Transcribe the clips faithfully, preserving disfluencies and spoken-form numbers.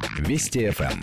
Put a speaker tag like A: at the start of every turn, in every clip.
A: Вести эф эм.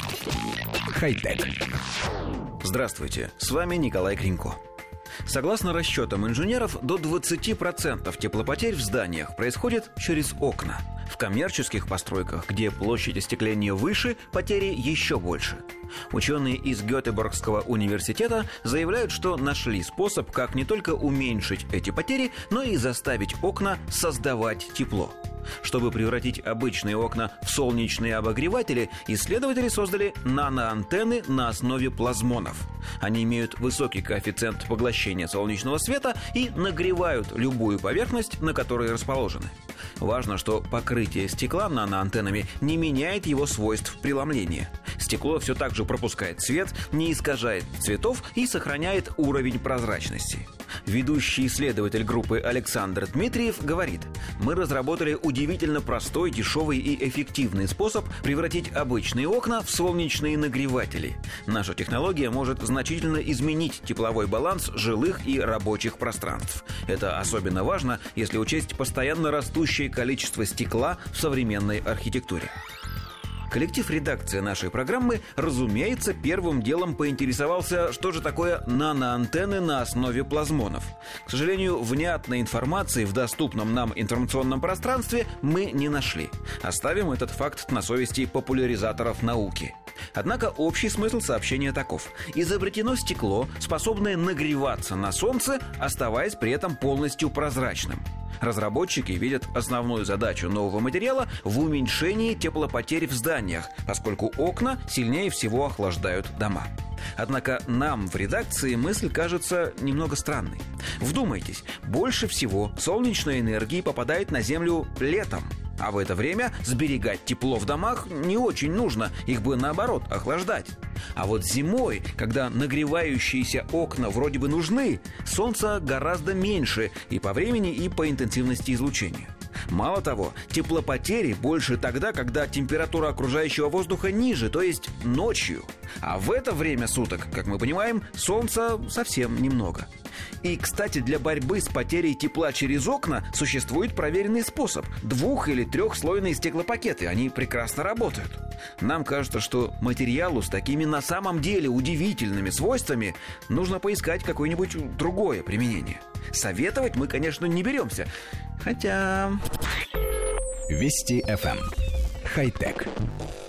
A: Хай-тек.
B: Здравствуйте, с вами Николай Кринько. Согласно расчетам инженеров, до двадцать процентов теплопотерь в зданиях происходит через окна. В коммерческих постройках, где площадь остекления выше, потери еще больше. Ученые из Гетеборгского университета заявляют, что нашли способ, как не только уменьшить эти потери, но и заставить окна создавать тепло. Чтобы превратить обычные окна в солнечные обогреватели, исследователи создали наноантенны на основе плазмонов. Они имеют высокий коэффициент поглощения солнечного света и нагревают любую поверхность, на которой расположены. Важно, что покрытие стекла наноантеннами не меняет его свойств преломления. Стекло все так же пропускает свет, не искажает цветов и сохраняет уровень прозрачности. Ведущий исследователь группы Александр Дмитриев говорит: мы разработали удивительно простой, дешевый и эффективный способ превратить обычные окна в солнечные нагреватели. Наша технология может значительно изменить тепловой баланс жилых и рабочих пространств. Это особенно важно, если учесть постоянно растущее количество стекла в современной архитектуре. Коллектив редакции нашей программы, разумеется, первым делом поинтересовался, что же такое наноантенны на основе плазмонов. К сожалению, внятной информации в доступном нам информационном пространстве мы не нашли. Оставим этот факт на совести популяризаторов науки. Однако общий смысл сообщения таков: изобретено стекло, способное нагреваться на солнце, оставаясь при этом полностью прозрачным. Разработчики видят основную задачу нового материала в уменьшении теплопотерь в зданиях, поскольку окна сильнее всего охлаждают дома. Однако нам в редакции мысль кажется немного странной. Вдумайтесь, больше всего солнечной энергии попадает на Землю летом. А в это время сберегать тепло в домах не очень нужно, их бы наоборот охлаждать. А вот зимой, когда нагревающиеся окна вроде бы нужны, солнца гораздо меньше и по времени, и по интенсивности излучения. Мало того, теплопотери больше тогда, когда температура окружающего воздуха ниже, то есть ночью. А в это время суток, как мы понимаем, солнца совсем немного. И, кстати, для борьбы с потерей тепла через окна существует проверенный способ – двух- или трехслойные стеклопакеты. Они прекрасно работают. Нам кажется, что материалу с такими на самом деле удивительными свойствами нужно поискать какое-нибудь другое применение. Советовать мы, конечно, не беремся. Хотя...
A: Вести эф эм. Хай-тек.